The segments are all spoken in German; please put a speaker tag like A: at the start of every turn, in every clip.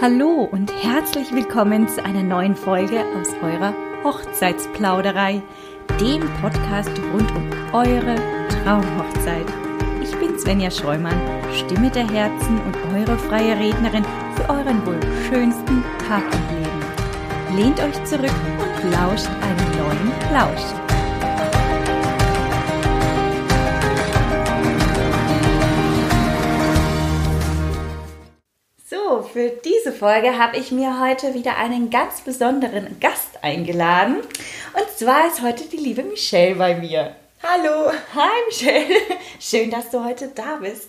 A: Hallo und herzlich willkommen zu einer neuen Folge aus eurer Hochzeitsplauderei, dem Podcast rund um eure Traumhochzeit. Ich bin Svenja Scheumann, Stimme der Herzen und eure freie Rednerin für euren wohl schönsten Tag im Leben. Lehnt euch zurück und lauscht einen neuen Plausch. So, für diese Folge habe ich mir heute wieder einen ganz besonderen Gast eingeladen. Und zwar ist heute die liebe Michelle bei mir. Hallo. Hi Michelle. Schön, dass du heute da bist.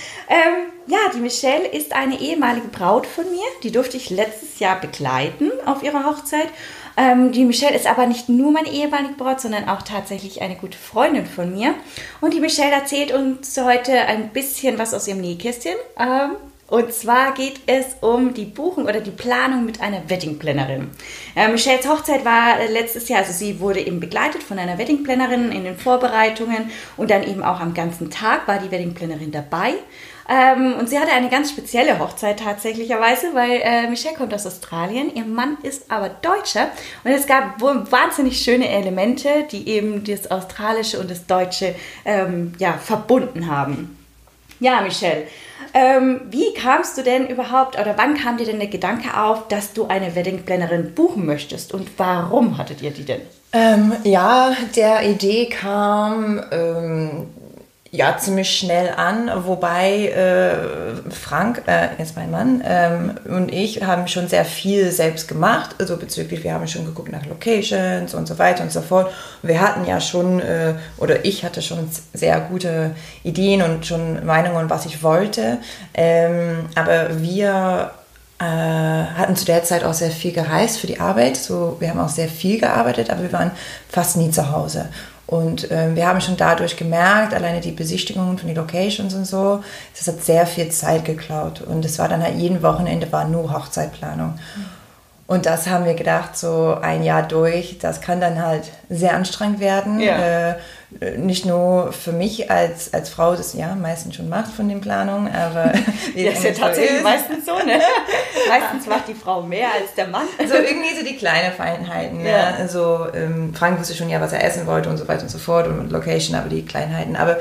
A: Die Michelle ist eine ehemalige Braut von mir. Die durfte ich letztes Jahr begleiten auf ihrer Hochzeit. Die Michelle ist aber nicht nur meine ehemalige Braut, sondern auch tatsächlich eine gute Freundin von mir. Und die Michelle erzählt uns heute ein bisschen was aus ihrem Nähkästchen. Und zwar geht es um die Buchung oder die Planung mit einer Weddingplanerin. Michelles Hochzeit war letztes Jahr, also sie wurde eben begleitet von einer Weddingplanerin in den Vorbereitungen und dann eben auch am ganzen Tag war die Weddingplanerin dabei. Und sie hatte eine ganz spezielle Hochzeit tatsächlicherweise, weil Michelle kommt aus Australien, ihr Mann ist aber Deutscher und es gab wahnsinnig schöne Elemente, die eben das Australische und das Deutsche verbunden haben. Ja, Michelle, wie kamst du denn überhaupt oder wann kam dir denn der Gedanke auf, dass du eine Weddingplanerin buchen möchtest und warum hattet ihr die denn?
B: Der Idee kam ziemlich schnell an, wobei Frank, jetzt mein Mann, und ich haben schon sehr viel selbst gemacht, also bezüglich, wir haben schon geguckt nach Locations und so weiter und so fort. Wir hatten ja schon, ich hatte schon sehr gute Ideen und schon Meinungen, was ich wollte, aber wir hatten zu der Zeit auch sehr viel gereist für die Arbeit, so wir haben auch sehr viel gearbeitet, aber wir waren fast nie zu Hause. Und wir haben schon dadurch gemerkt, alleine die Besichtigungen von den Locations und so, das hat sehr viel Zeit geklaut. Und es war dann halt jeden Wochenende war nur Hochzeitplanung. Und das haben wir gedacht, so ein Jahr durch, das kann dann halt sehr anstrengend werden. Ja. Nicht nur für mich als Frau, das ja meistens schon macht von den Planungen, aber
A: wie das ist ja tatsächlich meistens so, ne? Meistens macht die Frau mehr als der Mann.
B: So irgendwie so die kleinen Feinheiten, ja. Ne? Also Frank wusste schon ja, was er essen wollte und so weiter und so fort und Location, aber die Kleinheiten. Aber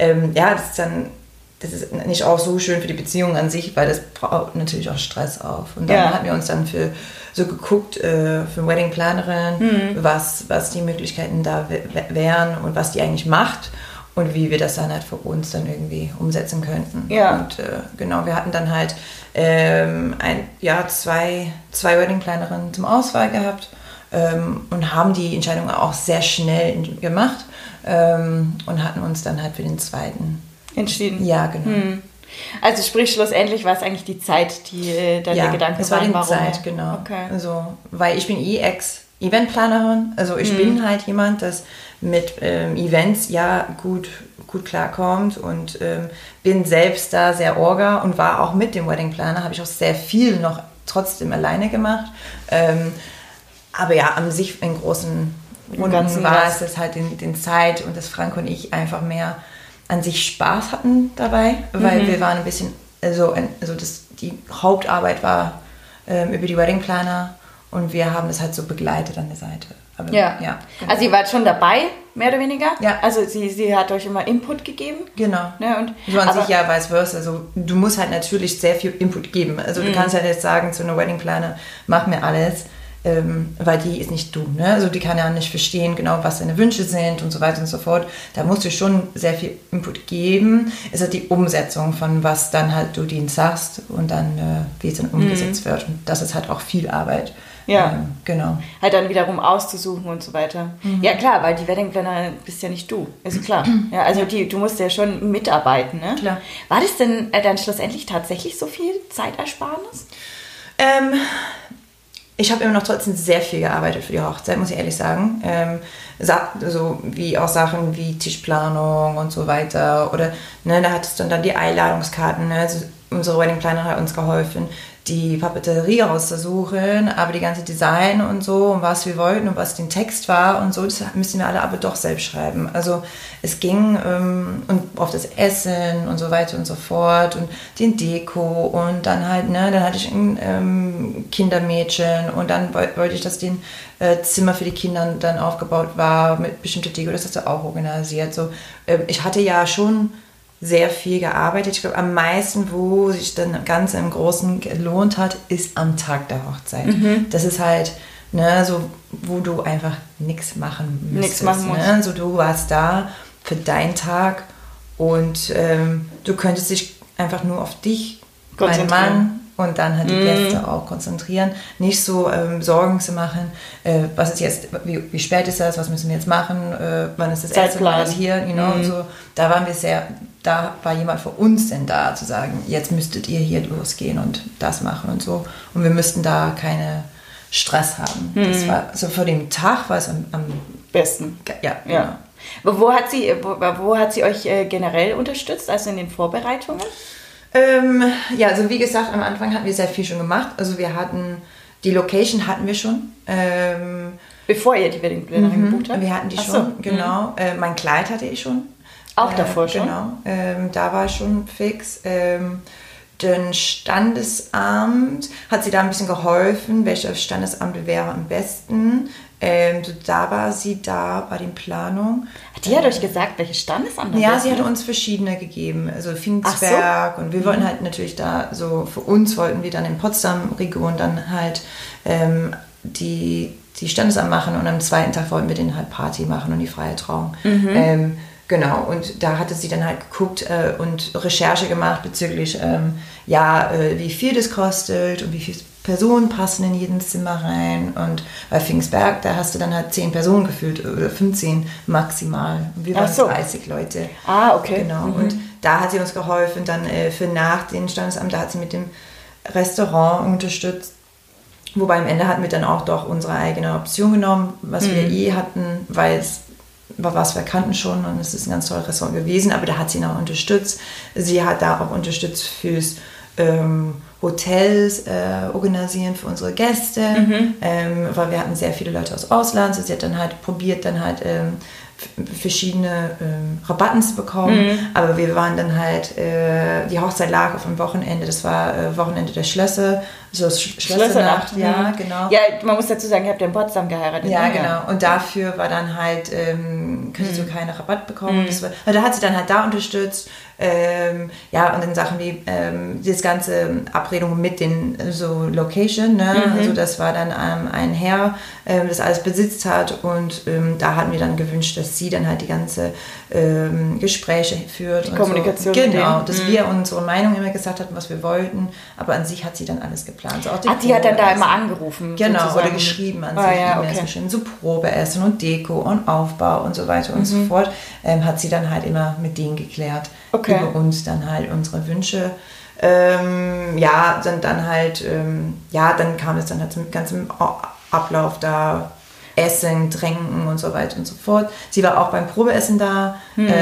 B: das ist nicht auch so schön für die Beziehung an sich, weil das baut natürlich auch Stress auf. Und dann hatten wir uns dann so geguckt für eine Weddingplanerin, was die Möglichkeiten da wären und was die eigentlich macht und wie wir das dann halt für uns dann irgendwie umsetzen könnten. Ja. Und wir hatten dann halt zwei Weddingplanerinnen zum Auswahl gehabt und haben die Entscheidung auch sehr schnell gemacht und hatten uns dann halt für den zweiten
A: entschieden.
B: Ja, genau.
A: Also sprich, schlussendlich war es eigentlich die Zeit, die deine Gedanken
B: es war
A: waren,
B: warum? Zeit, genau. Okay. Also, weil ich bin Ex-Eventplanerin, also ich bin halt jemand, das mit Events gut klarkommt und bin selbst da sehr orga und war auch mit dem Weddingplaner, habe ich auch sehr viel noch trotzdem alleine gemacht. Aber ja, an sich in großen Runden war es das halt den Zeit und dass Frank und ich einfach mehr an sich Spaß hatten dabei, weil wir waren ein bisschen, die Hauptarbeit war über die Weddingplaner und wir haben das halt so begleitet an der Seite. Aber,
A: genau. Also ihr wart schon dabei, mehr oder weniger?
B: Ja.
A: Also sie hat euch immer Input gegeben?
B: Genau.
A: Ja, und,
B: so an sich ja vice versa. Also du musst halt natürlich sehr viel Input geben. Also du kannst halt jetzt sagen zu einer Weddingplaner, mach mir alles, weil die ist nicht du, ne? Also die kann ja nicht verstehen, genau was deine Wünsche sind und so weiter und so fort. Da musst du schon sehr viel Input geben. Es ist die Umsetzung von was dann halt du denen sagst und dann wie es dann umgesetzt wird. Und das ist halt auch viel Arbeit.
A: Ja,
B: genau.
A: Halt dann wiederum auszusuchen und so weiter. Ja klar, weil die Weddingplaner bist ja nicht du, ist klar. Ja, also du musst ja schon mitarbeiten, ne?
B: Klar.
A: War das denn dann schlussendlich tatsächlich so viel Zeitersparnis?
B: Ich habe immer noch trotzdem sehr viel gearbeitet für die Hochzeit, muss ich ehrlich sagen. So wie auch Sachen wie Tischplanung und so weiter. Oder da hattest du dann die Einladungskarten. Ne? Also unsere Weddingplaner hat uns geholfen, die Papeterie rauszusuchen, aber die ganze Design und so und was wir wollten und was den Text war und so, das müssen wir alle aber doch selbst schreiben. Also es ging und auf das Essen und so weiter und so fort und den Deko und dann halt, ne, dann hatte ich ein Kindermädchen und dann wollte ich, dass den Zimmer für die Kinder dann aufgebaut war mit bestimmter Deko, das hast du auch organisiert. So, ich hatte ja schon sehr viel gearbeitet. Ich glaube, am meisten, wo sich dann ganz im Großen gelohnt hat, ist am Tag der Hochzeit. Das ist halt, ne, so, wo du einfach nichts machen müsstest. Nichts machen musst. Ne? So, du warst da für deinen Tag und du könntest dich einfach nur auf dich, deinen Mann und dann halt die Gäste auch konzentrieren. Nicht so Sorgen zu machen, was ist jetzt, wie spät ist das, was müssen wir jetzt machen, wann ist das erste Mal hier, so. Da war jemand für uns denn da, zu sagen, jetzt müsstet ihr hier losgehen und das machen und so. Und wir müssten da keine Stress haben. Das war, so vor dem Tag war es am
A: besten.
B: Ja, genau.
A: Wo hat sie euch generell unterstützt, also in den Vorbereitungen?
B: Ja, also wie gesagt, am Anfang hatten wir sehr viel schon gemacht. Also die Location hatten wir schon.
A: Bevor ihr die Wedding-Plannerin gebucht habt?
B: Wir hatten die schon, genau. Mein Kleid hatte ich schon.
A: Auch davor schon?
B: Genau, da war ich schon fix. Den Standesamt hat sie da ein bisschen geholfen, welches Standesamt wäre am besten. Da war sie da bei den Planungen.
A: Die hat euch gesagt, welches Standesamt?
B: Ja, sie hat uns verschiedene gegeben, also Pfingstberg. Und wir wollten halt natürlich da, so für uns wollten wir dann in Potsdam-Region dann halt die Standesamt machen und am zweiten Tag wollten wir den halt Party machen und die freie Trauung. Genau, und da hatte sie dann halt geguckt und Recherche gemacht bezüglich, wie viel das kostet und wie viele Personen passen in jedes Zimmer rein. Und bei Pfingstberg, da hast du dann halt 10 Personen gefühlt oder 15 maximal. Und wir waren 30 Leute.
A: Ah, okay.
B: Genau, und da hat sie uns geholfen, dann für nach dem Standesamt, da hat sie mit dem Restaurant unterstützt. Wobei am Ende hatten wir dann auch doch unsere eigene Option genommen, was wir hatten, weil es war was wir kannten schon und es ist ein ganz tolles Restaurant gewesen, aber da hat sie noch unterstützt. Sie hat da auch unterstützt fürs Hotels organisieren für unsere Gäste, weil wir hatten sehr viele Leute aus Ausland. Sie hat dann halt probiert, verschiedene Rabatten zu bekommen, aber wir waren dann halt, die Hochzeit lag auf dem Wochenende, das war Wochenende der Schlösser, so Schlössernacht, ja, genau.
A: Ja, man muss dazu sagen, ihr habt ja in Potsdam geheiratet.
B: Ja, genau, und dafür war dann halt, könntest du keinen Rabatt bekommen, da hat sie dann halt da unterstützt, und dann Sachen wie das ganze Abredung mit den so Location, ne? Also das war dann ein Herr, das alles besitzt hat und da hatten wir dann gewünscht, dass sie dann halt die ganze Gespräche führt.
A: Die Kommunikation.
B: So. Genau, dass wir unsere Meinung immer gesagt hatten, was wir wollten, aber an sich hat sie dann alles geplant. So auch
A: die hat dann da immer angerufen?
B: Genau,
A: sozusagen.
B: oder geschrieben an sich, so Probeessen und Deko und Aufbau und so weiter und so fort, hat sie dann halt immer mit denen geklärt.
A: Okay.
B: Über uns dann halt unsere Wünsche. Dann kam es dann halt zum ganzen Ablauf da, Essen, Trinken und so weiter und so fort. Sie war auch beim Probeessen da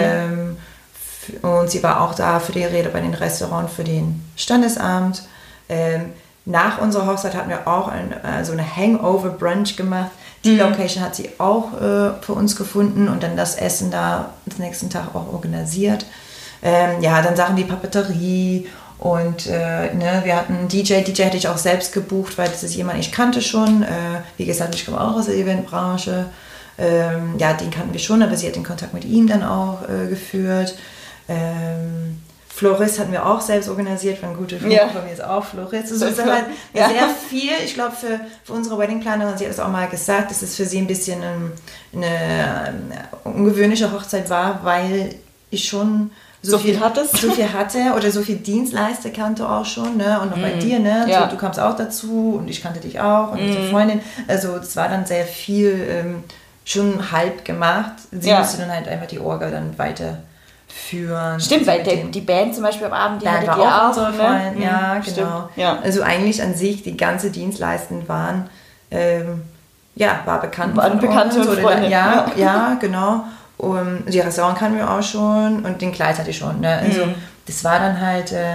B: und sie war auch da für die Rede bei den Restaurants, für den Standesamt. Nach unserer Hochzeit hatten wir auch so eine Hangover-Brunch gemacht. Die Location hat sie auch für uns gefunden und dann das Essen da den nächsten Tag auch organisiert. Dann Sachen wie Papeterie und wir hatten einen DJ hätte ich auch selbst gebucht, weil das ist jemand, ich kannte schon. Wie gesagt, ich komme auch aus der Eventbranche. Den kannten wir schon, aber sie hat den Kontakt mit ihm dann auch geführt. Florist hatten wir auch selbst organisiert, war ein guter Freund von mir ist auch Florist. Also es ist halt sehr viel, ich glaube für unsere Weddingplanerin, sie hat es auch mal gesagt, dass es für sie ein bisschen eine ungewöhnliche Hochzeit war, weil ich schon so viel hatte oder so viel Dienstleister kannte auch schon, ne? Und noch bei dir, ne? Ja. Du kamst auch dazu und ich kannte dich auch und unsere Freundin. Also es war dann sehr viel schon halb gemacht. Sie musste dann halt einfach die Orga dann weiterführen.
A: Stimmt, weil die Band zum Beispiel am Abend, die hattet ihr auch.
B: Unsere Freundin.
A: Ne?
B: Ja, genau.
A: Ja.
B: Also eigentlich an sich, die ganze Dienstleistenden waren war bekannt.
A: Waren Bekannte und Freunde.
B: Ja, genau. Und die Restaurant kannten wir auch schon und den Kleid hatte ich schon. Ne? Also das war dann halt,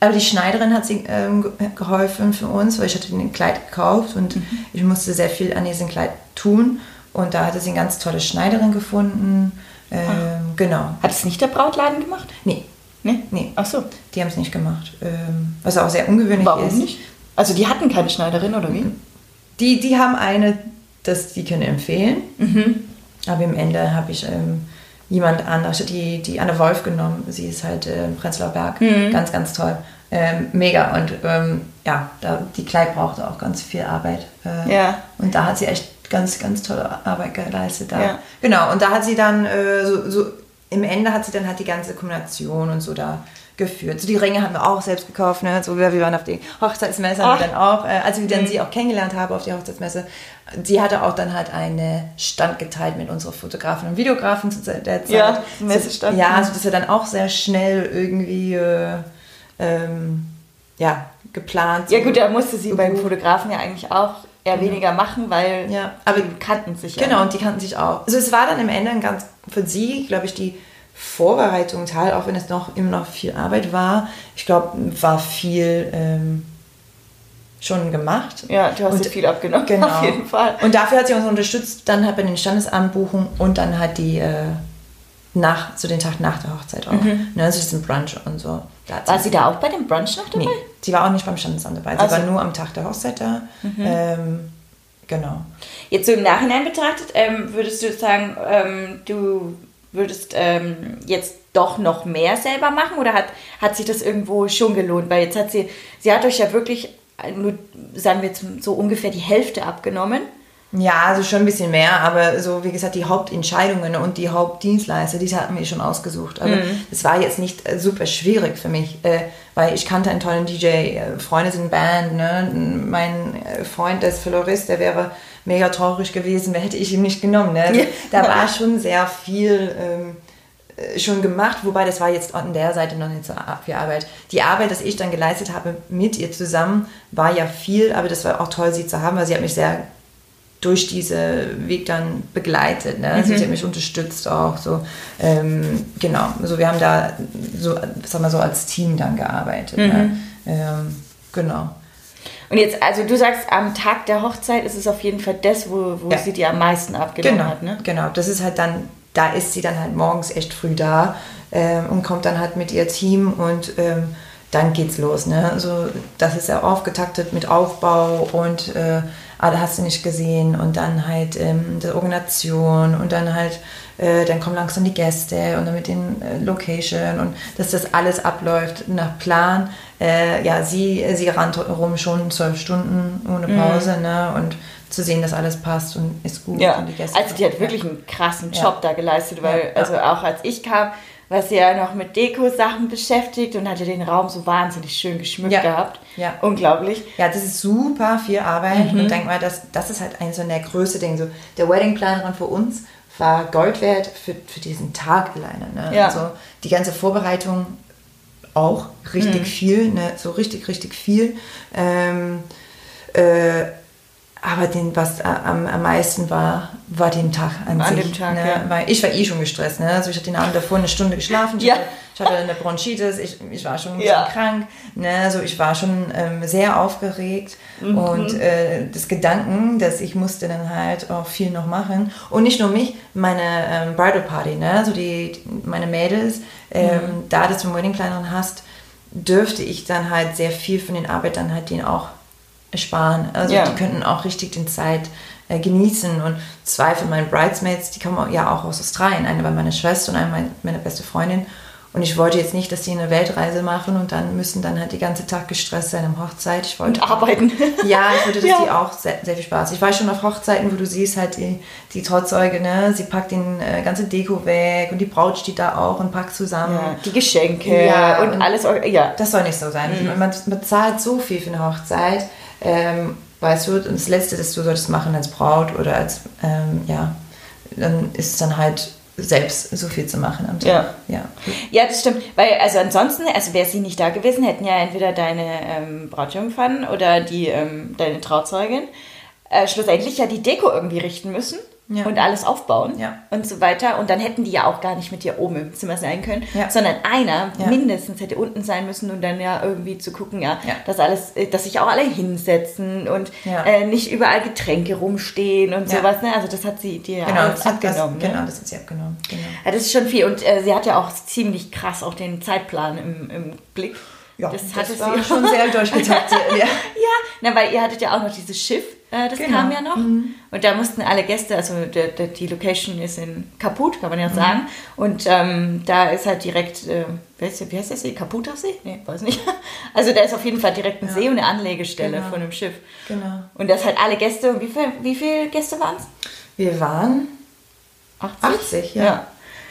B: Aber die Schneiderin hat sie geholfen für uns, weil ich hatte ein Kleid gekauft und ich musste sehr viel an diesem Kleid tun. Und da hatte sie eine ganz tolle Schneiderin gefunden. Genau.
A: Hat es nicht der Brautladen gemacht?
B: Nee.
A: Nee? Ach so.
B: Die haben es nicht gemacht. Was auch sehr ungewöhnlich ist.
A: Warum nicht? Also die hatten keine Schneiderin, oder wie?
B: Die haben eine, die können empfehlen. Aber im Ende habe ich jemand anderes, die Anne Wolf genommen. Sie ist halt im Prenzlauer Berg. Ganz, ganz toll. Mega. Und die Kleid brauchte auch ganz viel Arbeit. Und da hat sie echt ganz, ganz tolle Arbeit geleistet. Da. Ja. Genau. Und da hat sie dann im Ende hat sie dann halt die ganze Kombination und so da geführt. So die Ringe haben wir auch selbst gekauft, ne? So, wir waren auf die Hochzeitsmesse dann auch, als ich dann sie auch kennengelernt habe auf die Hochzeitsmesse. Sie hatte auch dann halt einen Stand geteilt mit unseren Fotografen und Videografen zu der Zeit.
A: Ja, Messestand.
B: Ja, also das ist ja dann auch sehr schnell irgendwie geplant.
A: Ja gut, da musste sie beim Fotografen ja eigentlich auch eher weniger machen, weil
B: aber
A: die kannten sich ja.
B: Genau, und die kannten sich auch. Also es war dann im Ende für sie, glaube ich, die Vorbereitung Teil, auch wenn es immer noch viel Arbeit war. Ich glaube, war viel schon gemacht.
A: Ja, du hast viel abgenommen,
B: genau.
A: Auf jeden Fall.
B: Und dafür hat sie uns unterstützt, dann halt bei den Standesamtbuchungen und dann halt die den Tag nach der Hochzeit auch. Ne, also diesen Brunch und so.
A: War sie da auch bei dem Brunch noch dabei?
B: Nee, sie war auch nicht beim Standesamt dabei. Sie war nur am Tag der Hochzeit da. Genau.
A: Jetzt so im Nachhinein betrachtet, würdest du sagen, du würdest jetzt doch noch mehr selber machen oder hat sich das irgendwo schon gelohnt? Weil jetzt hat sie hat euch ja wirklich nur, sagen wir jetzt so ungefähr die Hälfte abgenommen.
B: Ja, also schon ein bisschen mehr, aber so wie gesagt, die Hauptentscheidungen und die Hauptdienstleister, die hatten wir schon ausgesucht. Aber es war jetzt nicht super schwierig für mich, weil ich kannte einen tollen DJ, Freunde sind Band, ne? Mein Freund, der ist Florist, der wäre mega traurig gewesen, hätte ich ihm nicht genommen. Ne? Also, da war schon sehr viel schon gemacht, wobei das war jetzt an der Seite noch nicht so viel Arbeit. Die Arbeit, das ich dann geleistet habe mit ihr zusammen, war ja viel, aber das war auch toll, sie zu haben, weil sie hat mich sehr durch diesen Weg dann begleitet. Ne? Also sie hat mich unterstützt auch. So, genau, also wir haben da so, sagen wir so als Team dann gearbeitet. Ne? Genau.
A: Und jetzt, also du sagst, am Tag der Hochzeit ist es auf jeden Fall das, wo sie dir am meisten abgenommen hat, ne?
B: Genau, das ist halt dann, da ist sie dann halt morgens echt früh da und kommt dann halt mit ihr Team und dann geht's los, ne? Also das ist ja aufgetaktet mit Aufbau und hast du nicht gesehen und dann halt die Organisation und dann halt dann kommen langsam die Gäste und dann mit den Location und dass das alles abläuft nach Plan. Sie rannte rum schon 12 Stunden ohne Pause, ne? Und zu sehen, dass alles passt und ist gut.
A: Ja,
B: und die Gäste
A: also die hat wirklich einen krassen Job da geleistet, weil also auch als ich kam, war sie ja noch mit Deko-Sachen beschäftigt und hatte den Raum so wahnsinnig schön geschmückt gehabt. Ja. Unglaublich.
B: Ja, das ist super viel Arbeit und denk mal, das ist halt eines so der größte Dinge. So, der Wedding-Planerin für uns war Gold wert für diesen Tag alleine. Ne?
A: Ja.
B: Also die ganze Vorbereitung auch richtig viel, ne? So richtig, richtig viel. Aber was am meisten war den Tag an sich.
A: Dem Tag,
B: ne? Weil ich war schon gestresst. Ne? Also ich hatte den Abend davor eine Stunde geschlafen. Ich hatte eine Bronchitis. Ich war schon ein bisschen krank. Ne? Also ich war schon sehr aufgeregt. Und das Gedanken, dass ich musste dann halt auch viel noch machen. Und nicht nur mich, meine Bridal Party. Ne? Also meine Mädels, da du zum Wedding Plannerin hast, dürfte ich dann halt sehr viel von den Arbeit dann halt denen auch sparen. Also die könnten auch richtig die Zeit genießen. Und zwei von meinen Bridesmaids, die kommen ja auch aus Australien. Eine war meine Schwester und eine meine beste Freundin. Und ich wollte jetzt nicht, dass die eine Weltreise machen und dann müssen dann halt die ganze Tag gestresst sein am Hochzeit. Ich wollte
A: arbeiten.
B: Ja, ich wollte, dass die auch sehr, sehr viel Spaß. Ich war schon auf Hochzeiten, wo du siehst halt die Trauzeuge, ne? Sie packt den ganze Deko weg und die Braut steht da auch und packt zusammen.
A: Ja, die Geschenke und alles. Ja.
B: Das soll nicht so sein. Man zahlt so viel für eine Hochzeit. Weißt du, das Letzte, das du solltest machen als Braut oder als, dann ist es dann halt selbst so viel zu machen am Tag.
A: Ja, das stimmt. Weil, also ansonsten, wäre sie nicht da gewesen, hätten ja entweder deine Brautjungfern oder deine Trauzeugin schlussendlich ja die Deko irgendwie richten müssen, und alles aufbauen
B: Ja.
A: und so weiter. Und dann hätten die ja auch gar nicht mit dir oben im Zimmer sein können,
B: Ja.
A: sondern einer
B: Ja.
A: mindestens hätte unten sein müssen und dann ja irgendwie zu gucken,
B: Ja.
A: dass sich auch alle hinsetzen und
B: Ja.
A: Nicht überall Getränke rumstehen und
B: Ja.
A: sowas. Ne? Also das hat sie dir
B: Genau,
A: alles abgenommen. Ne?
B: Genau, das hat sie abgenommen. Genau.
A: Ja, das ist schon viel. Und sie hat ja auch ziemlich krass auch den Zeitplan im Blick.
B: Ja,
A: das
B: das
A: hatte
B: war
A: sie
B: schon sehr durchgetaktet. Ja.
A: Ja, weil ihr hattet ja auch noch dieses Schiff, das
B: Genau.
A: kam ja noch. Und da mussten alle Gäste, also die Location ist in Kaput, kann man ja sagen. Und da ist halt direkt, wie heißt das See? Kaputer See? Nee, weiß nicht. Also da ist auf jeden Fall direkt ein See und eine Anlegestelle
B: Genau.
A: von dem Schiff.
B: Genau.
A: Und das halt alle Gäste, wie viele Gäste waren es?
B: Wir waren 80, ja.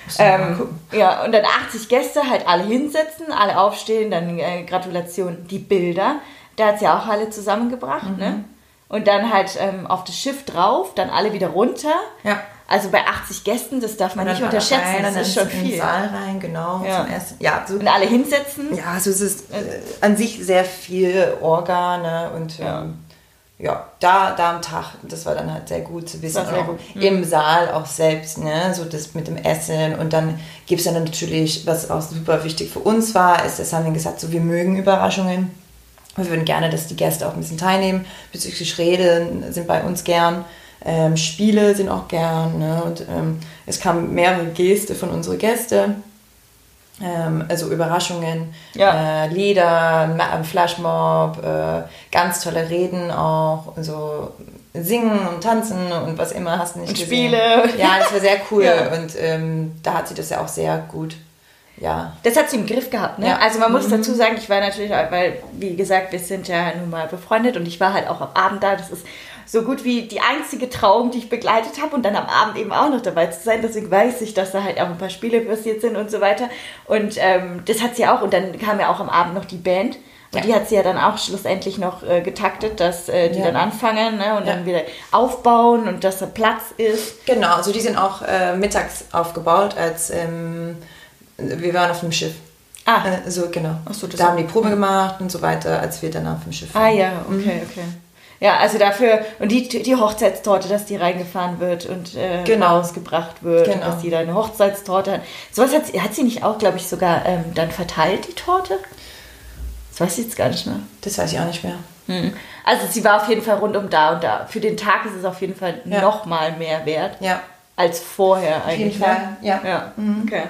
A: Ja, und dann 80 Gäste, halt alle hinsetzen, alle aufstehen, dann Gratulation, die Bilder. Da hat sie auch alle zusammengebracht, ne? Und dann halt auf das Schiff drauf, dann alle wieder runter.
B: Ja.
A: Also bei 80 Gästen, das darf man nicht unterschätzen, das ist schon
B: in den
A: viel.
B: Saal rein, genau.
A: Ja.
B: Zum ersten. Ja, so,
A: Und alle hinsetzen.
B: ja, also es ist an sich sehr viel Organe und ja, da am Tag, das war dann halt sehr gut zu wissen.
A: Das war sehr
B: auch
A: gut.
B: im Saal auch selbst, ne, so das mit dem Essen. Und dann gibt es dann natürlich, was auch super wichtig für uns war, ist, das haben wir gesagt, so wir mögen Überraschungen. Wir würden gerne, dass die Gäste auch ein bisschen teilnehmen. Bezüglich Reden sind bei uns gern. Spiele sind auch gern. Ne? Und es kamen mehrere Gäste von unseren Gästen. Also Überraschungen, Lieder, Flashmob, ganz tolle Reden auch, so singen und tanzen und was immer hast du nicht gesehen.
A: Spiele.
B: Ja, das war sehr cool
A: Ja.
B: und da hat sie das ja auch sehr gut, ja.
A: Das hat sie im Griff gehabt, ne?
B: Ja.
A: Also man muss dazu sagen, ich war natürlich, weil, wie gesagt, wir sind ja nun mal befreundet und ich war halt auch am Abend da. Das ist so gut wie die einzige Trauung, die ich begleitet habe und dann am Abend eben auch noch dabei zu sein. Deswegen weiß ich, dass da halt auch ein paar Spiele passiert sind und so weiter. Und das hat sie auch. Und dann kam ja auch am Abend noch die Band. Und die hat sie ja dann auch schlussendlich noch getaktet, dass die dann anfangen, ne? Und dann wieder aufbauen und dass da Platz ist.
B: Genau, also die sind auch mittags aufgebaut, als wir waren auf dem Schiff. So, genau.
A: Ach so, das
B: da haben die Probe gemacht und so weiter, als wir dann auf dem Schiff waren.
A: Ah ja, okay. Ja, also dafür, und die Hochzeitstorte, dass die reingefahren wird und rausgebracht wird, und dass die da eine Hochzeitstorte hat. Sowas hat sie nicht auch, glaube ich, sogar dann verteilt, die Torte? Das weiß ich jetzt gar nicht mehr.
B: Das weiß ich auch nicht mehr.
A: Also sie war auf jeden Fall rundum da und da. Für den Tag ist es auf jeden Fall noch mal mehr wert als vorher eigentlich.
B: Auf jeden Fall,
A: ja. Okay.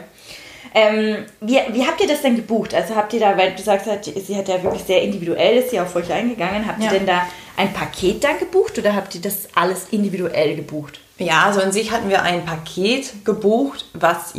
A: Wie habt ihr das denn gebucht? Also habt ihr da, weil du sagst, sie hat ja wirklich sehr individuell, ist sie auf euch eingegangen. Habt ihr denn da ein Paket dann gebucht oder habt ihr das alles individuell gebucht?
B: Ja, also an sich hatten wir ein Paket gebucht, was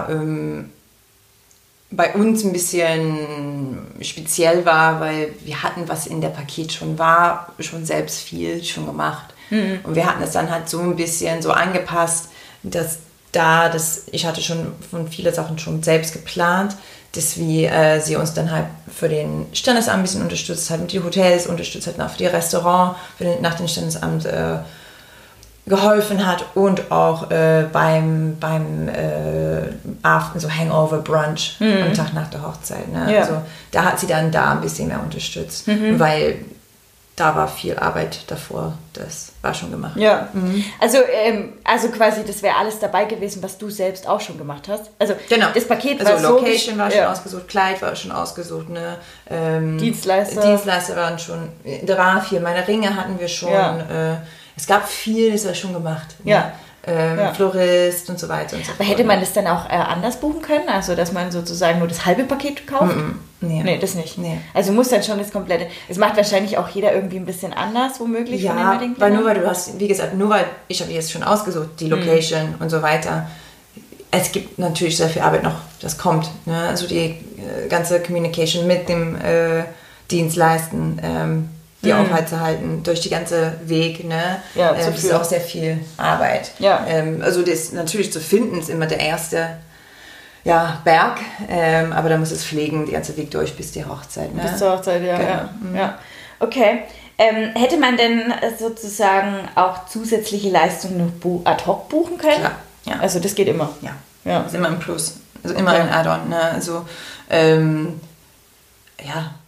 B: bei uns ein bisschen speziell war, weil wir hatten, was in der Paket schon war, schon selbst viel schon gemacht. Und wir hatten es dann halt so ein bisschen so angepasst, dass ich hatte schon von vielen Sachen schon selbst geplant, dass sie uns dann halt für den Standesamt ein bisschen unterstützt hat, mit die Hotels unterstützt hat, für die Restaurant, nach dem Standesamt geholfen hat und auch beim After, so Hangover Brunch am Tag nach der Hochzeit. Ne?
A: Ja.
B: Also da hat sie dann da ein bisschen mehr unterstützt, weil da war viel Arbeit davor, das war schon gemacht.
A: Ja, also quasi, das wäre alles dabei gewesen, was du selbst auch schon gemacht hast. Also
B: genau.
A: Das Paket
B: also
A: war
B: Location war schon ausgesucht, Kleid war schon ausgesucht, ne?
A: Dienstleister
B: waren schon, da war viel, meine Ringe hatten wir schon, es gab viel, das war schon gemacht.
A: Ja.
B: Florist und so weiter und so fort.
A: Aber hätte man das dann auch anders buchen können? Also, dass man sozusagen nur das halbe Paket kauft? Nee, das nicht.
B: Nee.
A: Also muss dann schon das komplette. Es macht wahrscheinlich auch jeder irgendwie ein bisschen anders, womöglich.
B: Ja, weil du hast, wie gesagt, ich habe jetzt schon ausgesucht, die Location und so weiter. Es gibt natürlich sehr viel Arbeit noch, das kommt. Ne? Also die ganze Communication mit dem Dienstleisten, die aufhalten durch die ganze Weg, ne?
A: Ja,
B: das ist auch sehr viel Arbeit.
A: Ja.
B: Also das natürlich zu finden ist immer der erste Berg, aber da muss es pflegen, die ganze Weg durch bis die Hochzeit. Ne?
A: Bis zur Hochzeit,
B: Genau.
A: ja. Okay. Hätte man denn sozusagen auch zusätzliche Leistungen noch ad hoc buchen können?
B: Klar, ja.
A: Also das geht immer?
B: Ja.
A: Ja.
B: Das ist immer ein Plus. Also immer ein Add-on. Ne? Also,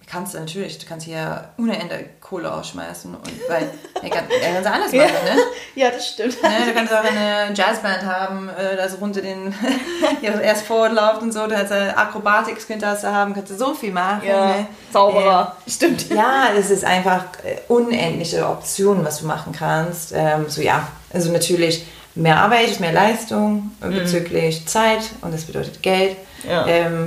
B: kannst du natürlich, du kannst hier ohne Ende Kohle ausschmeißen und weil er kann alles machen, ne?
A: Ja, das stimmt.
B: Ne, du kannst auch eine Jazzband haben, das runter den erst fortläuft und so, du hast Akrobatik, kannst du haben, kannst du so viel machen.
A: Ja,
B: ne?
A: Zauberer, stimmt.
B: Ja, es ist einfach unendliche Optionen, was du machen kannst. Also natürlich mehr Arbeit, mehr Leistung bezüglich Zeit und das bedeutet Geld.
A: Ja.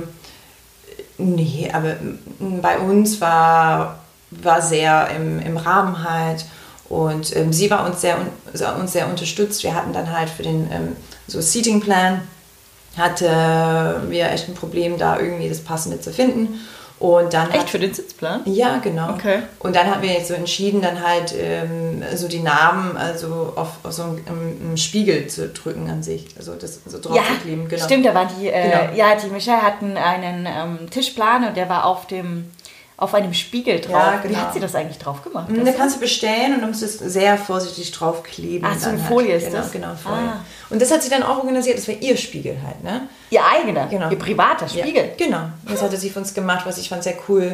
B: Nee, aber bei uns war sehr im Rahmen halt und sie war uns sehr unterstützt. Wir hatten dann halt für den so Seating-Plan hatte wir echt ein Problem, da irgendwie das Passende zu finden. Und dann
A: Echt für den Sitzplan?
B: Ja, genau.
A: Okay.
B: Und dann haben wir jetzt so entschieden, dann halt so die Namen also auf so einen Spiegel zu drücken an sich, also das so drauf zu kleben. Genau.
A: Stimmt, da waren die,
B: Genau.
A: die Michelle hatten einen Tischplan und der war auf einem Spiegel drauf.
B: Ja, genau.
A: Wie hat sie das eigentlich drauf gemacht?
B: Da kannst du bestellen und du musst es sehr vorsichtig draufkleben.
A: Ach, so eine Folie ist das?
B: Genau, Folie. Und das hat sie dann auch organisiert, das war ihr Spiegel halt, ne?
A: Ihr eigener,
B: Genau.
A: ihr privater Spiegel.
B: Ja, genau, das hatte sie für uns gemacht, was ich fand sehr cool.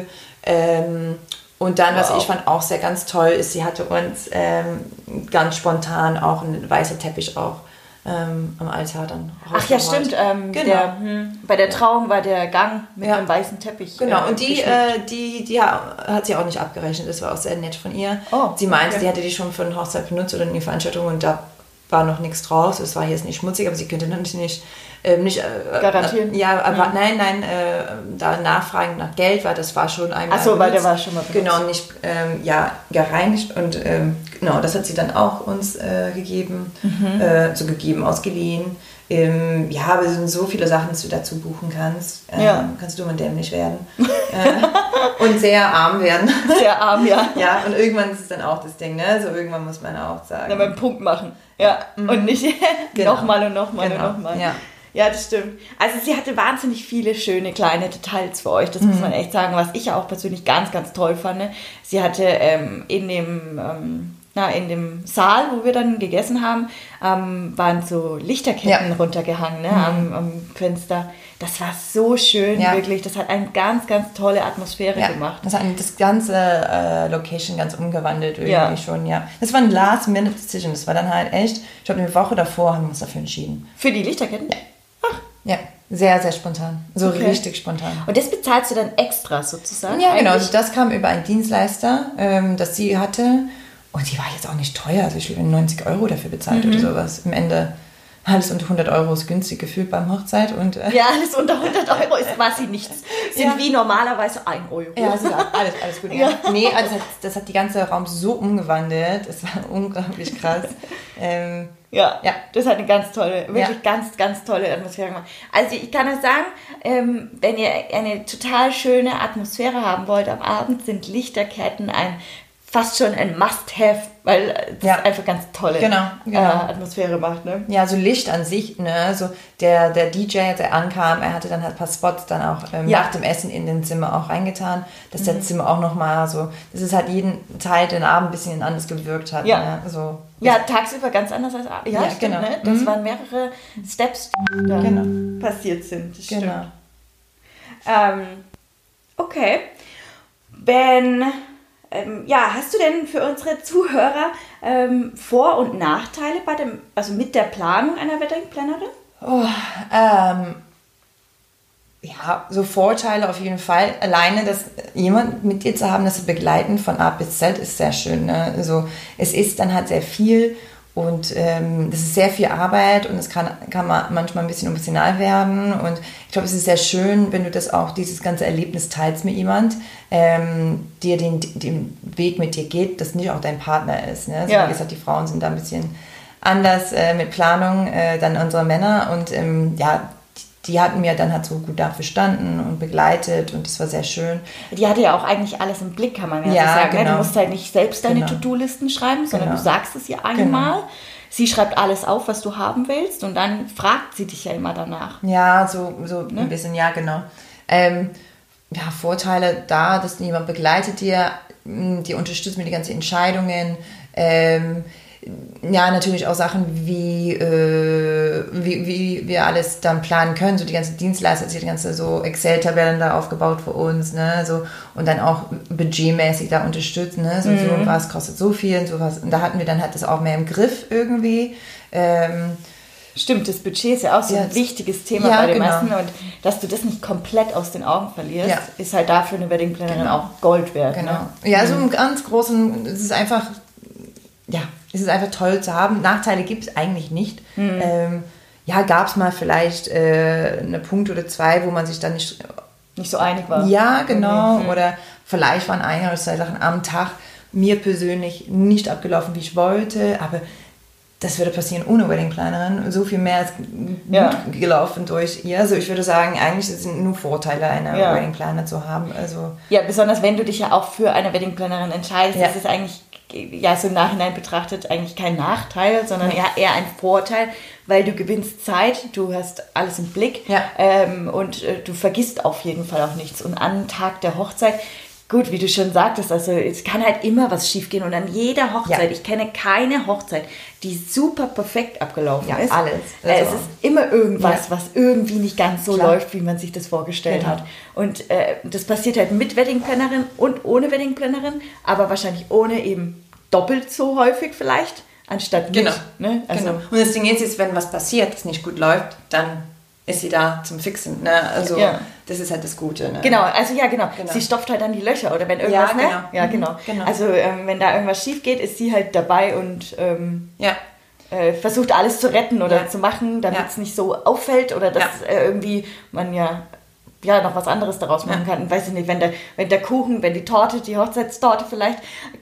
B: Und dann, was ich fand auch sehr ganz toll, ist, sie hatte uns ganz spontan auch einen weißen Teppich auch am Altar dann
A: Ach ja, stimmt.
B: Genau.
A: Bei der Trauung war der Gang mit einem weißen Teppich.
B: Genau, und die hat sie auch nicht abgerechnet. Das war auch sehr nett von ihr.
A: Oh,
B: sie meinte, sie hatte die schon für eine Hochzeit benutzt oder eine Veranstaltung und da war noch nichts draus. Es war jetzt nicht schmutzig, aber sie könnte nicht
A: garantieren.
B: Aber nein, da nachfragen nach Geld, weil das war schon einmal.
A: Ach so, weil der war schon mal benutzt.
B: Genau, nicht gereinigt und genau, das hat sie dann auch uns gegeben, ausgeliehen. Aber es sind so viele Sachen, dass du dazu buchen kannst. Kannst du mal dämlich werden. Und sehr arm werden.
A: Sehr arm, ja.
B: Ja, und irgendwann ist es dann auch das Ding, ne? So irgendwann muss man auch sagen.
A: Dann mal einen Punkt machen. Ja, und nicht nochmal und nochmal und nochmal.
B: Ja.
A: Ja, das stimmt. Also sie hatte wahnsinnig viele schöne kleine Details für euch, das muss man echt sagen, was ich ja auch persönlich ganz, ganz toll fand. Sie hatte in dem Saal, wo wir dann gegessen haben, waren so Lichterketten runtergehangen, ne, am Fenster. Das war so schön, wirklich. Das hat eine ganz, ganz tolle Atmosphäre gemacht.
B: Das hat das ganze Location ganz umgewandelt irgendwie schon, Das war ein Last-Minute-Decision. Das war dann halt echt, ich glaube, eine Woche davor haben wir uns dafür entschieden.
A: Für die Lichterketten?
B: Ja, sehr, sehr spontan. So richtig spontan.
A: Und das bezahlst du dann extra sozusagen?
B: Ja, genau. Also das kam über einen Dienstleister, das sie hatte. Und die war jetzt auch nicht teuer. Also ich habe 90 € dafür bezahlt oder sowas. Am Ende alles unter 100 € ist günstig gefühlt beim Hochzeit. Und,
A: ja, alles unter 100 € ist quasi nichts. Sind wie normalerweise 1 €.
B: Ja, also alles gut. Ja. Nee, also das hat die ganze Raum so umgewandelt. Es war unglaublich krass.
A: Das hat eine ganz tolle, wirklich ganz, ganz tolle Atmosphäre gemacht. Also ich kann euch sagen, wenn ihr eine total schöne Atmosphäre haben wollt am Abend, sind Lichterketten fast schon ein Must-Have, weil das einfach ganz tolle Atmosphäre macht. Ne?
B: Ja, so Licht an sich, ne? So der DJ, der ankam, er hatte dann halt ein paar Spots dann auch nach dem Essen in den Zimmer auch reingetan, dass der Zimmer auch nochmal so, dass es halt jeden Teil den Abend ein bisschen anders gewirkt hat.
A: Ja.
B: Ne? So,
A: ja, tagsüber ganz anders als abends. Ja, stimmt,
B: genau.
A: Ne? Das waren mehrere Steps, die da passiert sind. Das stimmt. Okay. Hast du denn für unsere Zuhörer Vor- und Nachteile mit der Planung einer Wedding-Plannerin?
B: So Vorteile auf jeden Fall. Alleine, dass jemand mit dir zu haben, das zu begleiten von A bis Z, ist sehr schön. Ne? Also es ist dann halt sehr viel und das ist sehr viel Arbeit und es kann manchmal ein bisschen emotional werden und ich glaube, es ist sehr schön, wenn du dieses ganze Erlebnis teilst mit jemand, der den Weg mit dir geht, das nicht auch dein Partner ist. Ne? Also wie gesagt, die Frauen sind da ein bisschen anders mit Planung dann unsere Männer und die hatten mir dann halt so gut da verstanden und begleitet und das war sehr schön.
A: Die hatte ja auch eigentlich alles im Blick, kann man ja so sagen. Genau. Du musst halt nicht selbst deine To-Do-Listen schreiben, sondern du sagst es ihr einmal. Genau. Sie schreibt alles auf, was du haben willst und dann fragt sie dich ja immer danach.
B: Ja, so ne? Ein bisschen, ja, genau. Vorteile da, dass jemand begleitet dir, die unterstützt mit den ganzen Entscheidungen. ja, natürlich auch Sachen wie wir alles dann planen können, so die ganze Dienstleister, die ganze so Excel-Tabellen da aufgebaut für uns, ne, so, und dann auch budgetmäßig da unterstützen, ne, so was kostet so viel und sowas, und da hatten wir dann halt das auch mehr im Griff irgendwie.
A: Stimmt, das Budget ist ja auch so ein wichtiges Thema bei den meisten, und dass du das nicht komplett aus den Augen verlierst, ist halt dafür eine Wedding-Plannerin auch Gold wert.
B: Genau.
A: Ne?
B: Ja, so im ganz großen, es ist einfach toll zu haben. Nachteile gibt es eigentlich nicht. Gab es mal vielleicht eine Punkt oder zwei, wo man sich dann nicht
A: so einig war.
B: Ja, genau. Oder vielleicht waren eine oder zwei Sachen am Tag mir persönlich nicht abgelaufen, wie ich wollte, aber das würde passieren ohne Wedding-Plannerin. So viel mehr ist gut gelaufen durch ihr. Also ich würde sagen, eigentlich sind nur Vorteile, eine Wedding-Planner zu haben. Also
A: ja, besonders wenn du dich ja auch für eine Wedding-Plannerin entscheidest, ist es eigentlich, so im Nachhinein betrachtet, eigentlich kein Nachteil, sondern eher ein Vorteil, weil du gewinnst Zeit, du hast alles im Blick und du vergisst auf jeden Fall auch nichts. Und am Tag der Hochzeit, gut, wie du schon sagtest, also es kann halt immer was schiefgehen, und an jeder Hochzeit, ich kenne keine Hochzeit, die super perfekt abgelaufen ist.
B: Alles.
A: Also es ist immer irgendwas, was irgendwie nicht ganz so läuft, wie man sich das vorgestellt hat. Und das passiert halt mit Wedding-Plannerin und ohne Wedding-Plannerin, aber wahrscheinlich ohne eben doppelt so häufig vielleicht, anstatt mit. Ne? Also,
B: Und das Ding ist, wenn was passiert, das nicht gut läuft, dann ist sie da zum Fixen. Ne? Also das ist halt das Gute. Ne?
A: Genau. Sie stopft halt dann die Löcher, oder wenn irgendwas, genau. Also wenn da irgendwas schief geht, ist sie halt dabei und versucht alles zu retten oder zu machen, damit es nicht so auffällt, oder dass irgendwie man noch was anderes daraus machen kann. Weiß ich nicht, wenn der Kuchen, wenn die Torte, die Hochzeitstorte vielleicht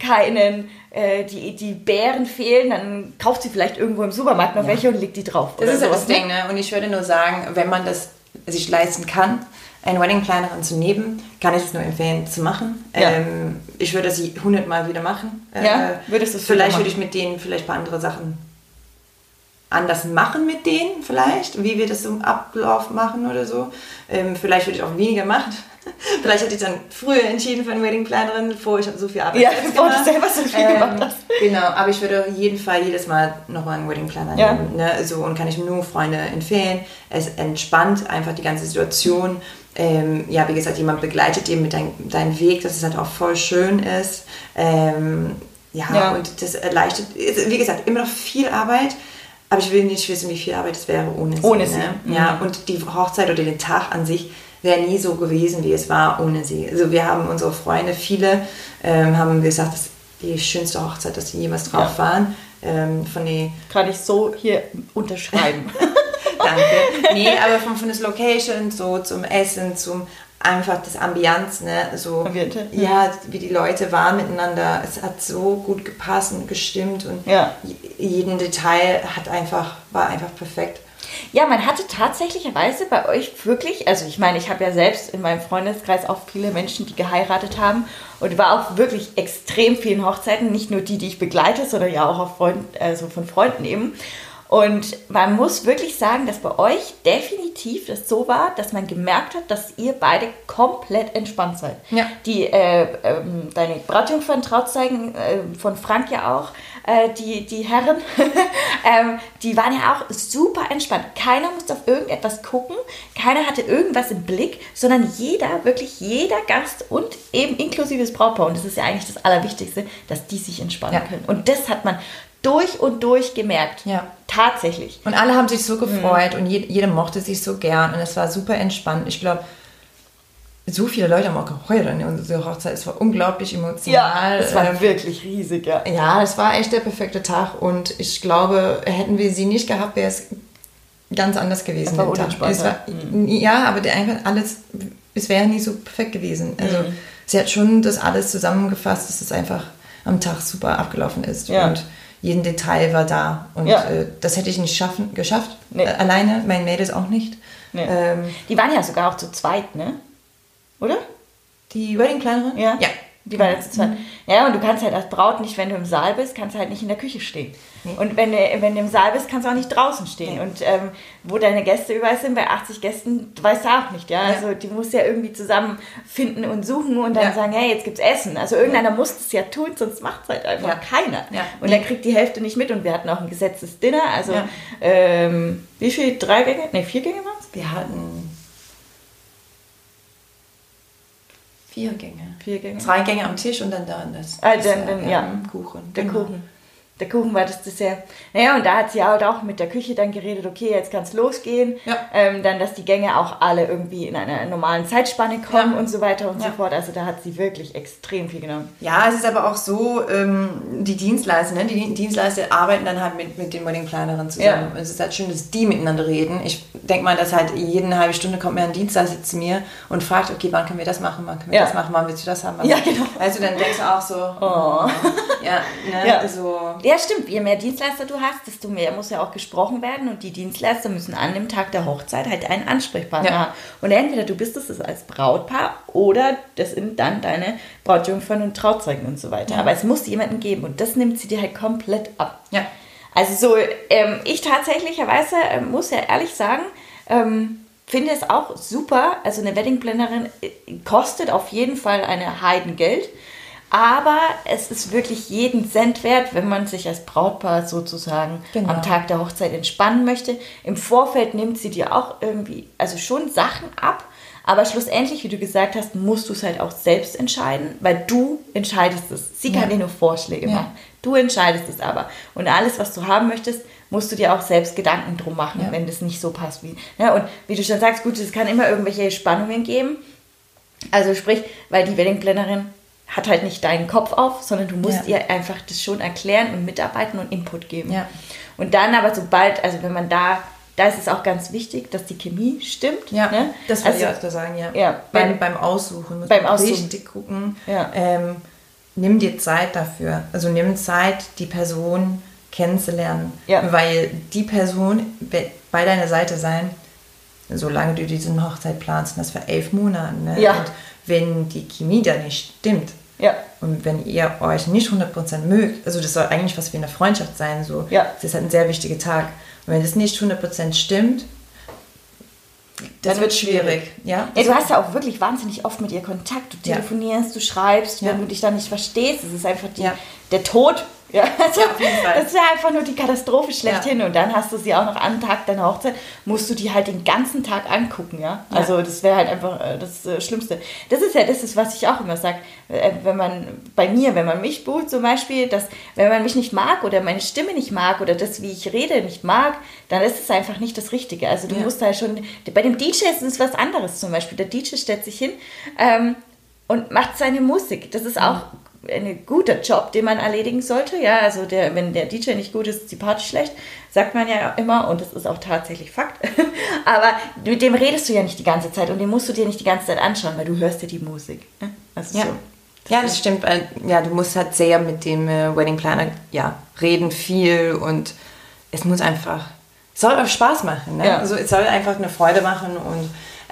A: die Beeren fehlen, dann kauft sie vielleicht irgendwo im Supermarkt noch welche und legt die drauf.
B: Das ist das Ding, ne? Und ich würde nur sagen, wenn man das sich leisten kann, eine Wedding-Plannerin zu nehmen, kann ich es nur empfehlen zu machen. Ja. Ich würde sie 100-mal wieder machen.
A: Würdest du es
B: vielleicht würde ich mit denen vielleicht ein paar andere Sachen anders machen mit denen vielleicht, wie wir das im Ablauf machen oder so. Vielleicht würde ich auch weniger machen. Vielleicht hätte ich dann früher entschieden für eine Wedding-Plannerin, bevor ich so viel Arbeit
A: bevor du selber so viel gemacht hast.
B: Genau, aber ich würde auf jeden Fall jedes Mal nochmal einen Wedding-Planner nehmen. Ne? So, und kann ich nur Freunde empfehlen. Es entspannt einfach die ganze Situation. Wie gesagt, jemand begleitet dir mit deinem Weg, dass es halt auch voll schön ist. Und das erleichtert, wie gesagt, immer noch viel Arbeit. Aber ich will nicht wissen, wie viel Arbeit es wäre ohne sie. Ne? Ja, und die Hochzeit oder den Tag an sich wäre nie so gewesen, wie es war ohne sie. Also wir haben unsere Freunde, viele haben gesagt, das ist die schönste Hochzeit, dass sie jemals drauf waren.
A: Kann ich so hier unterschreiben.
B: Danke. Nee, aber von das Location, so zum Essen, zum einfach das Ambiance, ne, so, wie die Leute waren miteinander, es hat so gut gepasst und gestimmt, und jeden Detail war einfach perfekt.
A: Ja, man hatte tatsächlicherweise bei euch wirklich, also ich meine, ich habe ja selbst in meinem Freundeskreis auch viele Menschen, die geheiratet haben, und war auf wirklich extrem vielen Hochzeiten, nicht nur die ich begleite, sondern ja auch auf von Freunden eben. Und man muss wirklich sagen, dass bei euch definitiv das so war, dass man gemerkt hat, dass ihr beide komplett entspannt seid. Ja. Deine Brautjungfern, Trauzeugen, von Frank ja auch, die Herren, die waren ja auch super entspannt. Keiner musste auf irgendetwas gucken, keiner hatte irgendwas im Blick, sondern jeder Gast und eben inklusive das Brautpaar, und das ist ja eigentlich das Allerwichtigste, dass die sich entspannen können. Und das hat man durch und durch gemerkt. Ja. Tatsächlich.
B: Und alle haben sich so gefreut und jeder mochte sich so gern, und es war super entspannt. Ich glaube, so viele Leute haben auch geheult an unserer Hochzeit. Es war unglaublich emotional.
A: Ja, es war wirklich riesig, ja.
B: Ja, es war echt der perfekte Tag, und ich glaube, hätten wir sie nicht gehabt, wäre es ganz anders gewesen.
A: Das war unentspannt.
B: Aber es wäre nie so perfekt gewesen. Also sie hat schon das alles zusammengefasst, dass es einfach am Tag super abgelaufen ist. Ja. Und jeden Detail war da. Und das hätte ich nicht geschafft. Nee. Alleine, mein Mädels auch nicht.
A: Nee. Die waren ja sogar auch zu zweit, ne? Oder?
B: Die Wedding-Plannerin?
A: Ja. Die waren zu zweit. Ja, und du kannst halt als Braut nicht, wenn du im Saal bist, kannst du halt nicht in der Küche stehen. Nee. Und wenn du im Saal bist, kannst du auch nicht draußen stehen. Nee. Und wo deine Gäste überall sind, bei 80 Gästen, weißt du auch nicht, ja. Also die musst ja irgendwie zusammenfinden und suchen und dann sagen, hey, jetzt gibt's Essen. Also irgendeiner muss es ja tun, sonst macht es halt einfach keiner. Ja. Und dann kriegt die Hälfte nicht mit und wir hatten auch ein gesetztes Dinner. Also wie viel? 3 Gänge? Ne, 4 Gänge waren es?
B: Wir hatten 4 Gänge.
A: 4 Gänge.
B: 3 Gänge am Tisch und dann das
A: Kuchen. Der Kuchen war das Dessert. Naja, und da hat sie halt auch mit der Küche dann geredet, okay, jetzt kann es losgehen. Ja. Dann, dass die Gänge auch alle irgendwie in einer normalen Zeitspanne kommen und so weiter und so fort. Also da hat sie wirklich extrem viel genommen.
B: Ja, es ist aber auch so, die Dienstleister, ne? Die Dienstleister arbeiten dann halt mit den Wedding-Planerinnen zusammen. Ja. Es ist halt schön, dass die miteinander reden. Ich denke mal, dass halt jede halbe Stunde kommt mir ein Dienstleister zu mir und fragt, okay, wann können wir das machen, wann können wir das machen, wann willst du das haben?
A: Ja, genau.
B: Also dann denkst du auch so,
A: Ja, stimmt. Je mehr Dienstleister du hast, desto mehr muss ja auch gesprochen werden. Und die Dienstleister müssen an dem Tag der Hochzeit halt einen Ansprechpartner haben. Und entweder du bist es als Brautpaar oder das sind dann deine Brautjungfern und Trauzeugen und so weiter. Ja. Aber es muss jemanden geben und das nimmt sie dir halt komplett ab. Ja. Also so, ich tatsächlicherweise muss ja ehrlich sagen, finde es auch super. Also eine Weddingplanerin kostet auf jeden Fall eine Heidengeld. Aber es ist wirklich jeden Cent wert, wenn man sich als Brautpaar sozusagen am Tag der Hochzeit entspannen möchte. Im Vorfeld nimmt sie dir auch irgendwie, also schon Sachen ab, aber schlussendlich, wie du gesagt hast, musst du es halt auch selbst entscheiden, weil du entscheidest es. Sie kann dir nur Vorschläge machen. Du entscheidest es aber. Und alles, was du haben möchtest, musst du dir auch selbst Gedanken drum machen, wenn das nicht so passt wie. Ja, und wie du schon sagst, gut, es kann immer irgendwelche Spannungen geben. Also sprich, weil die Weddingplanerin hat halt nicht deinen Kopf auf, sondern du musst ihr einfach das schon erklären und mitarbeiten und Input geben. Ja. Und dann aber sobald, also wenn man da ist es auch ganz wichtig, dass die Chemie stimmt. Ja, ne?
B: Das würde ich auch da sagen, ja. Beim Aussuchen muss man richtig gucken. Ja. Nimm dir Zeit dafür. Also nimm Zeit, die Person kennenzulernen. Ja. Weil die Person wird bei deiner Seite sein, solange du diese Hochzeit planst, und das für 11 Monate. Ne? Ja. Und wenn die Chemie da nicht stimmt und wenn ihr euch nicht 100% mögt, also das soll eigentlich was wie eine Freundschaft sein, so, das ist halt ein sehr wichtiger Tag. Und wenn das nicht 100% stimmt, das wird schwierig. Ja,
A: du hast ja auch wirklich wahnsinnig oft mit ihr Kontakt. Du telefonierst, du schreibst, wenn du dich da nicht verstehst, das ist einfach der Tod. Ja, also auf jeden Fall. Das wäre einfach nur die Katastrophe schlechthin. Und dann hast du sie auch noch am Tag deiner Hochzeit, musst du die halt den ganzen Tag angucken, ja. Also das wäre halt einfach das Schlimmste. Das ist, was ich auch immer sage, wenn man mich bucht zum Beispiel, dass wenn man mich nicht mag oder meine Stimme nicht mag oder das, wie ich rede, nicht mag, dann ist es einfach nicht das Richtige. Also du musst halt schon, bei dem DJ ist es was anderes zum Beispiel. Der DJ stellt sich hin und macht seine Musik. Das ist auch ein guter Job, den man erledigen sollte. Ja, also wenn der DJ nicht gut ist, ist die Party schlecht, sagt man ja immer und das ist auch tatsächlich Fakt. Aber mit dem redest du ja nicht die ganze Zeit und den musst du dir nicht die ganze Zeit anschauen, weil du hörst ja die Musik. Also
B: das stimmt. Du musst halt sehr mit dem Wedding Planner reden viel und es soll auch Spaß machen. Ne? Ja. Also es soll einfach eine Freude machen und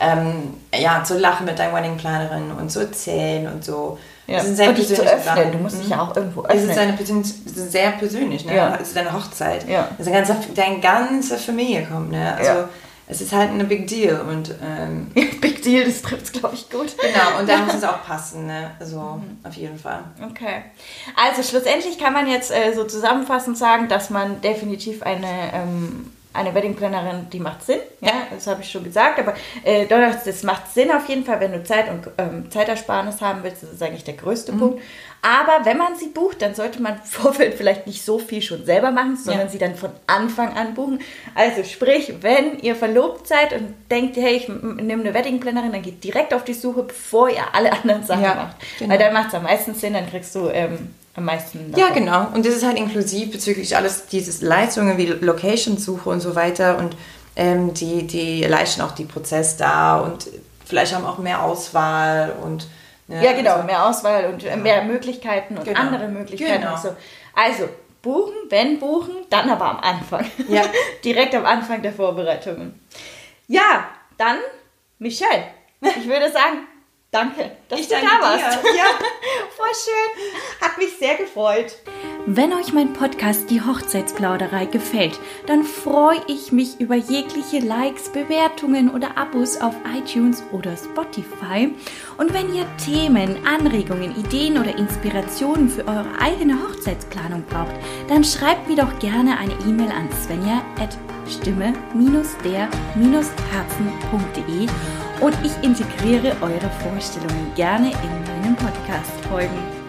B: zu lachen mit deiner Wedding Plannerin und zu erzählen und so.
A: Ja. Das sind und dich zu öffnen. Sachen. Du musst dich ja auch irgendwo öffnen.
B: Es ist sehr persönlich, ne? Ja. Es ist deine Hochzeit. Ja. Also deine ganze Familie kommt, ne? Also es ist halt eine Big Deal und
A: Big Deal, das trifft es, glaube ich, gut.
B: Genau, und da muss es auch passen, ne? Also auf jeden Fall.
A: Okay. Also schlussendlich kann man jetzt so zusammenfassend sagen, dass man definitiv eine Weddingplanerin, die macht Sinn, das habe ich schon gesagt, aber das macht Sinn auf jeden Fall, wenn du Zeit und Zeitersparnis haben willst, das ist eigentlich der größte Punkt. Aber wenn man sie bucht, dann sollte man im Vorfeld vielleicht nicht so viel schon selber machen, sondern sie dann von Anfang an buchen. Also sprich, wenn ihr verlobt seid und denkt, hey, ich nehme eine Weddingplanerin, dann geht direkt auf die Suche, bevor ihr alle anderen Sachen macht. Genau. Weil dann macht es am meisten Sinn, dann kriegst du am meisten davon.
B: Ja, genau. Und das ist halt inklusiv bezüglich alles dieses Leistungen wie Location-Suche und so weiter. Und die leisten auch die Prozess da und vielleicht haben auch mehr Auswahl und
A: genau, mehr Auswahl und mehr Möglichkeiten und andere Möglichkeiten und so. Also buchen, dann aber am Anfang. Ja. Direkt am Anfang der Vorbereitungen. Ja, dann Michelle, ich würde sagen, Danke, dass
B: Ich
A: du
B: danke
A: da warst.
B: dir. Ja.
A: Voll schön. Hat mich sehr gefreut. Wenn euch mein Podcast Die Hochzeitsplauderei gefällt, dann freue ich mich über jegliche Likes, Bewertungen oder Abos auf iTunes oder Spotify. Und wenn ihr Themen, Anregungen, Ideen oder Inspirationen für eure eigene Hochzeitsplanung braucht, dann schreibt mir doch gerne eine E-Mail an svenja@stimme-der-herzen.de und ich integriere eure Vorstellungen gerne in meinen Podcast-Folgen.